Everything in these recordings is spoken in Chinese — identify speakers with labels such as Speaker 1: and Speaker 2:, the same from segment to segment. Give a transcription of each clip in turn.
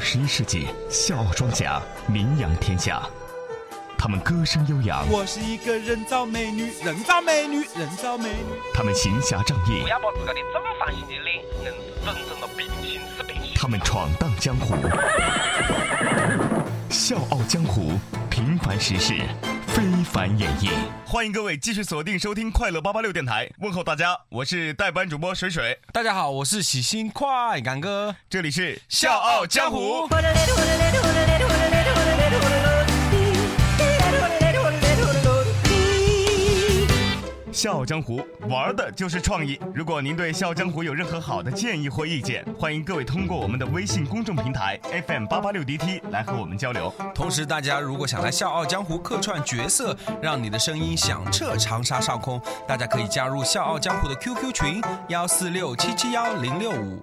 Speaker 1: 21世纪，笑傲庄稼名扬天下。他们歌声悠扬，
Speaker 2: 我是一个人造美女，人造美女，人造美女。
Speaker 1: 他们行侠仗义，
Speaker 3: 不要把自个的正方形的脸硬是整成了平行四边形。
Speaker 1: 他们闯荡江湖，笑傲江湖，平凡实事，非凡演绎。欢迎各位继续锁定收听快乐886电台，问候大家，我是代班主播水水。
Speaker 2: 大家好，我是喜新快感哥，
Speaker 1: 这里是笑傲江湖。笑傲江湖玩的就是创意。如果您对笑傲江湖有任何好的建议或意见，欢迎各位通过我们的微信公众平台 FM886DT 来和我们交流。
Speaker 2: 同时大家如果想来笑傲江湖客串角色，让你的声音响彻长沙上空，大家可以加入笑傲江湖的 QQ 群146771065。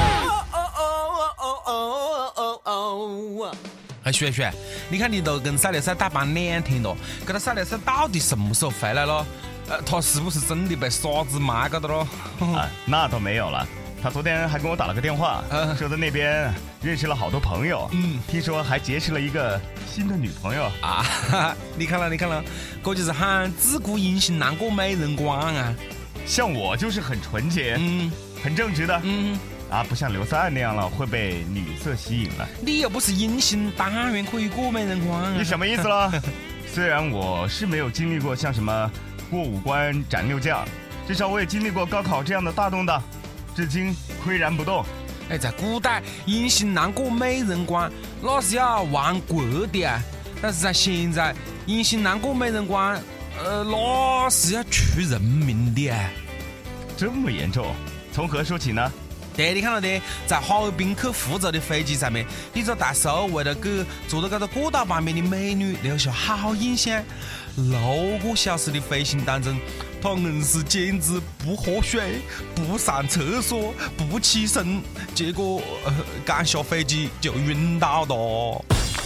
Speaker 2: 哎，轩轩，你看你都跟赛丽莎打扮2天了，这个赛丽莎到底什么时候回来了？他是不是真的被傻子骂搞的了？
Speaker 1: 那倒没有了，他昨天还跟我打了个电话，说在那边认识了好多朋友，听说还结识了一个新的女朋友
Speaker 2: 啊！你看了，这就是喊自古隐形难过美人关啊！
Speaker 1: 像我就是很纯洁，很正直的，不像刘三那样了会被女色吸引了。
Speaker 2: 你又不是隐形，当然可以过美人关啊！
Speaker 1: 你什么意思了？虽然我是没有经历过像什么过五关斩六将，至少我也经历过高考这样的大动荡，至今岿然不动。
Speaker 2: 在古代隐形难过美人关，那是要亡国的啊！但是在现在，隐形难过美人关，那是要出人命的啊！
Speaker 1: 这么严重？从何说起呢？
Speaker 2: 对，你看到的，在哈尔滨去福州的飞机上面，一个大叔为了给坐在这个过道旁边的美女留下好印象，6个小时的飞行当中，他硬是简直不喝水、不上厕所、不起身，结果刚下飞机就晕倒了。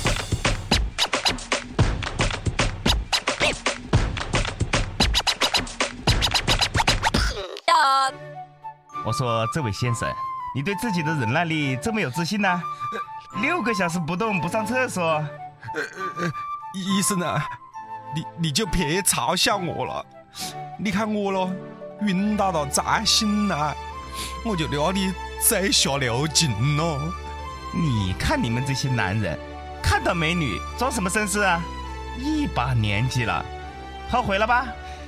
Speaker 1: 我说这位先生，你对自己的忍耐力这么有自信呢？6个小时不动不上厕所，
Speaker 2: 医生啊，你就别嘲笑我了。你看我咯，晕倒了再醒来，我就让你再下6斤了。
Speaker 1: 你看你们这些男人，看到美女装什么绅士啊？一把年纪了，后悔了吧？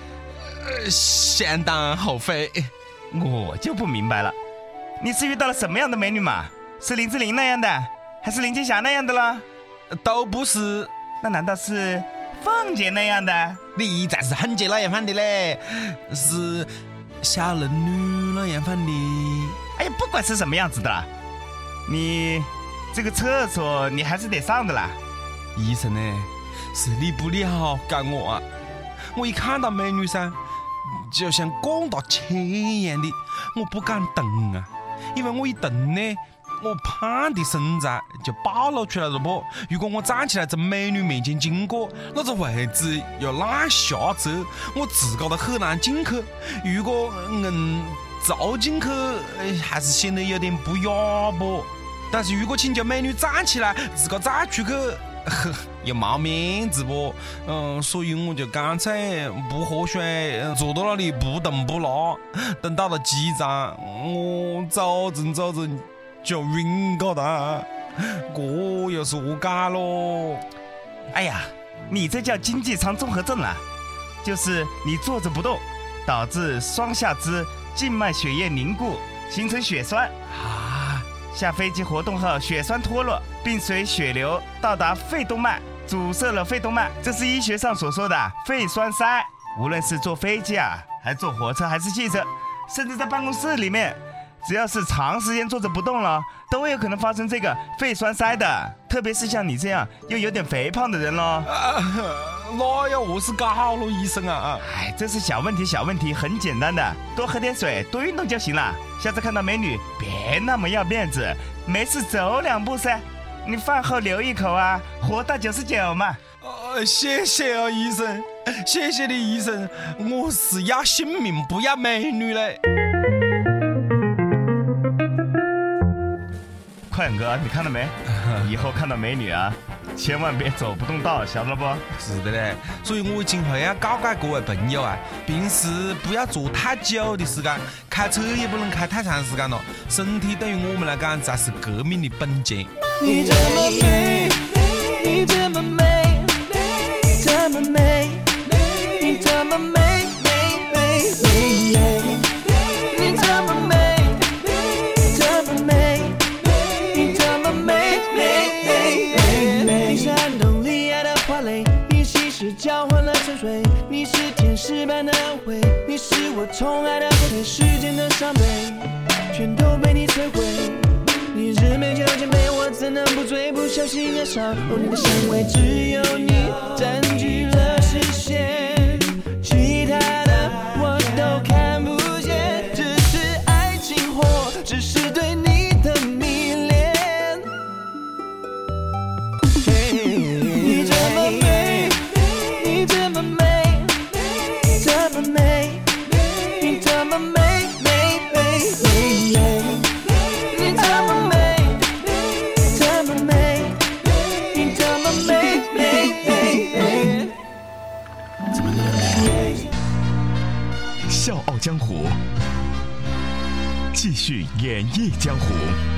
Speaker 2: 相当后悔。
Speaker 1: 我就不明白了，你是遇到了什么样的美女嘛？是林志玲那样的，还是林青霞那样的了？
Speaker 2: 都不是。
Speaker 1: 那难道是凤姐那样的？
Speaker 2: 你才是很姐那样范的嘞，是小龙女那样范的。
Speaker 1: 哎呀，不管是什么样子的啦，你这个厕所你还是得上的啦。
Speaker 2: 医生呢，是你不了解我啊！我一看到美女噻，就像滚到钱一样的，我不敢动啊，因为我一动呢，我胖的身材就暴露出来了不？如果我站起来在美女面前经过，那个位置又烂下走，我自个都很难进去。如果走进去，还是显得有点不雅不？但是如果请求美女站起来，自个再出去，又没面子不？所以我就干脆不喝水，坐到那里不动不拉，等到了机站，我走着就晕过的，这有啥改咯？
Speaker 1: 哎呀，你这叫经济舱综合症啊，就是你坐着不动，导致双下肢静脉血液凝固，形成血栓啊。下飞机活动后，血栓脱落，并随血流到达肺动脉，阻塞了肺动脉，这是医学上所说的肺栓塞。无论是坐飞机还是坐火车，还是汽车，甚至在办公室里面，只要是长时间坐着不动了，都会有可能发生这个肺栓塞的。特别是像你这样又有点肥胖的人咯。
Speaker 2: 那要何是搞了，医生啊？
Speaker 1: 这是小问题，很简单的，多喝点水，多运动就行了。下次看到美女，别那么要面子，没事走2步噻。你饭后留一口活到99嘛。
Speaker 2: 谢谢啊，医生，谢谢你，医生，我是要性命不要美女嘞。
Speaker 1: 超阳哥，你看到没？以后看到美女啊，千万别走不动道，晓得了不？
Speaker 2: 是的嘞，所以我今后要教各位朋友啊，平时不要坐太久的时间，开车也不能开太长时间了，身体对于我们来讲才是革命的本钱。
Speaker 4: 你这么美，你这么美，这么美，你这么美，美美美，你这么美，这么美，你这么美，美美美。你是寒冬里爱的花蕾，你稀释交换了沉睡，你是天使般的安慰，你是我宠爱的后退，世间的伤悲全都被你摧毁。你日美酒千杯，我怎能不醉？不小心爱上你的香味，只有你占据了视线，其他的我都看不见，只是爱情或只是对你的迷恋。你这么美，你这么美，这么美，你这么美，美美美。你这么美，这么美，你这么美，美美。怎么那么美？
Speaker 5: 笑傲江湖，继续演绎江湖。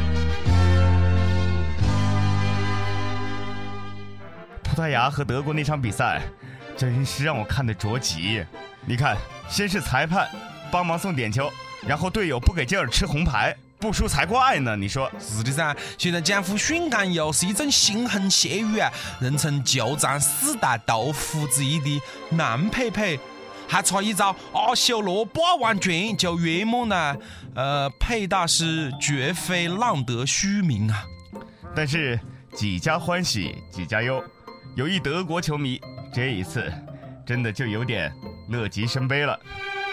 Speaker 1: 葡萄牙和德国那场比赛，真是让我看得着急。你看，先是裁判帮忙送点球，然后队友不给劲儿吃红牌。不输才怪呢！你说
Speaker 2: 是的噻，现在江湖训干又是一阵腥横血雨啊，人称旧战4代斗胡之一的南佩佩，还差一招阿修罗8万拳就圆梦了。佩大师绝非浪得虚名啊！
Speaker 1: 但是几家欢喜几家忧，有一德国球迷这一次真的就有点乐极生悲了。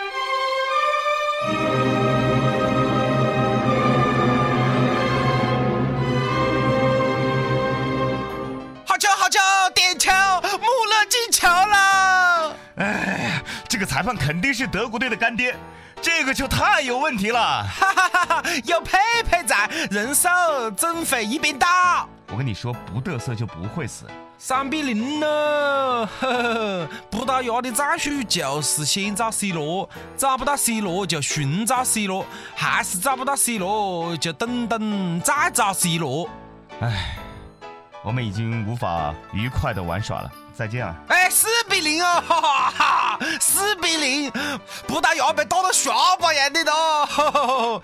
Speaker 2: 好球！点球，穆勒进球了！
Speaker 1: 哎，这个裁判肯定是德国队的干爹，这个球太有问题了！
Speaker 2: 哈哈哈哈！有佩佩在，人手真会一边倒。
Speaker 1: 我跟你说，不得瑟就不会死。
Speaker 2: 3-0了，呵呵，葡萄牙的战术就是先找 C 罗，找不到 C 罗就寻找 C 罗，还是找不到 C 罗就等再找 C 罗。
Speaker 1: 哎。我们已经无法愉快的玩耍了，再见啊！
Speaker 2: 哎，4-0哦，哈哈哈，4-0，葡萄牙被打得下巴样的了，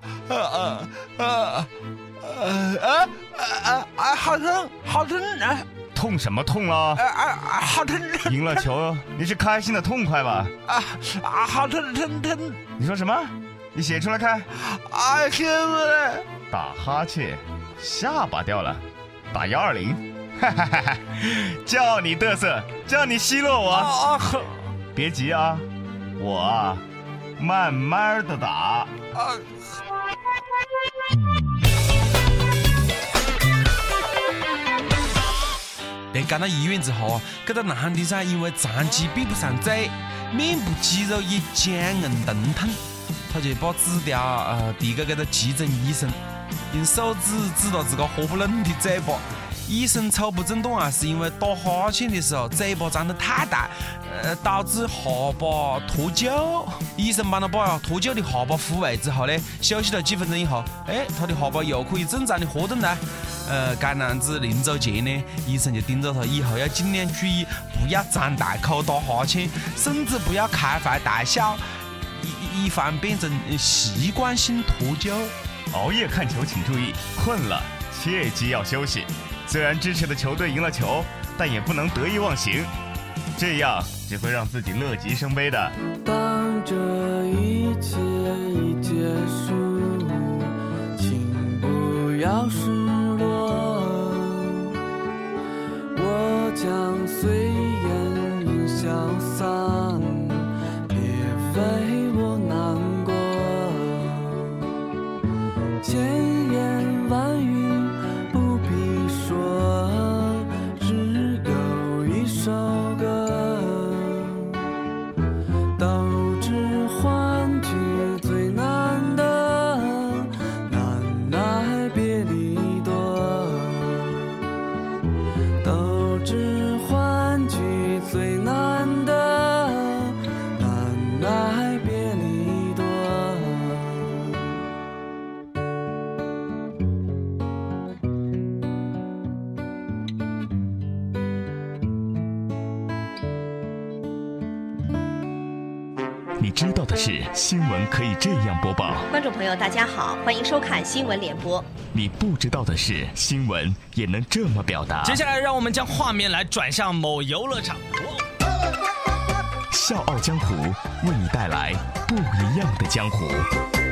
Speaker 2: 好疼，好疼啊！
Speaker 1: 痛什么痛了？
Speaker 2: 好疼！
Speaker 1: 赢了球，你是开心的痛快吧？
Speaker 2: 好疼！
Speaker 1: 你说什么？你写出来看。
Speaker 2: 天啊！
Speaker 1: 打哈欠，下巴掉了。打120，哈哈哈哈！叫你嘚瑟，叫你奚落我。别急啊，我啊，慢慢的打。
Speaker 2: 连赶到医院之后，这个男的噻，因为长期闭不上嘴，面部肌肉也僵硬疼痛，他就把纸条递给这个急诊医生。用手指指到自个合不拢的嘴巴，医生初步诊断啊，是因为打哈欠的时候嘴巴张得太大，导致下巴脱臼。医生帮他把脱臼的下巴复位之后呢，休息了几分钟以后，他的下巴又可以正常的活动了。该男子临走前呢，医生就叮嘱他以后要尽量注意，不要张大口打哈欠，甚至不要开怀大笑，以防变成习惯性脱臼。
Speaker 1: 熬夜看球请注意，困了切记要休息。虽然支持的球队赢了球，但也不能得意忘形，这样只会让自己乐极生悲的。
Speaker 4: 当这一切已结束，请不要失落，我将随烟云消散，别为我难过。千言万语不必说，只有一首歌，斗志欢聚最难得，难耐别离
Speaker 5: 你知道的是，新闻可以这样播报。
Speaker 6: 观众朋友，大家好，欢迎收看新闻联播。
Speaker 5: 你不知道的是，新闻也能这么表达。
Speaker 7: 接下来，让我们将画面来转向某游乐场。
Speaker 5: 笑傲江湖为你带来不一样的江湖。